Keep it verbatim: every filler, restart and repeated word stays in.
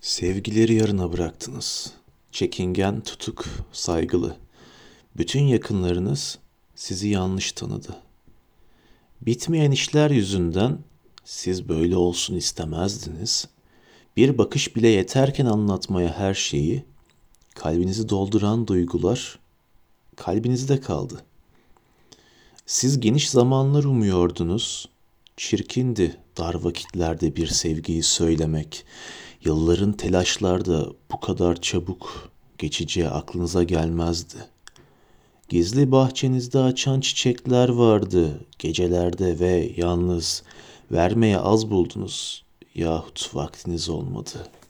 Sevgileri yarına bıraktınız. Çekingen, tutuk, saygılı. Bütün yakınlarınız sizi yanlış tanıdı. Bitmeyen işler yüzünden siz böyle olsun istemezdiniz. Bir bakış bile yeterken anlatmaya her şeyi, kalbinizi dolduran duygular kalbinizde kaldı. Siz geniş zamanlar umuyordunuz. Çirkindi dar vakitlerde bir sevgiyi söylemek. Yılların telaşlarda bu kadar çabuk geçeceği aklınıza gelmezdi. Gizli bahçenizde açan çiçekler vardı gecelerde ve yalnız vermeye az buldunuz yahut vaktiniz olmadı.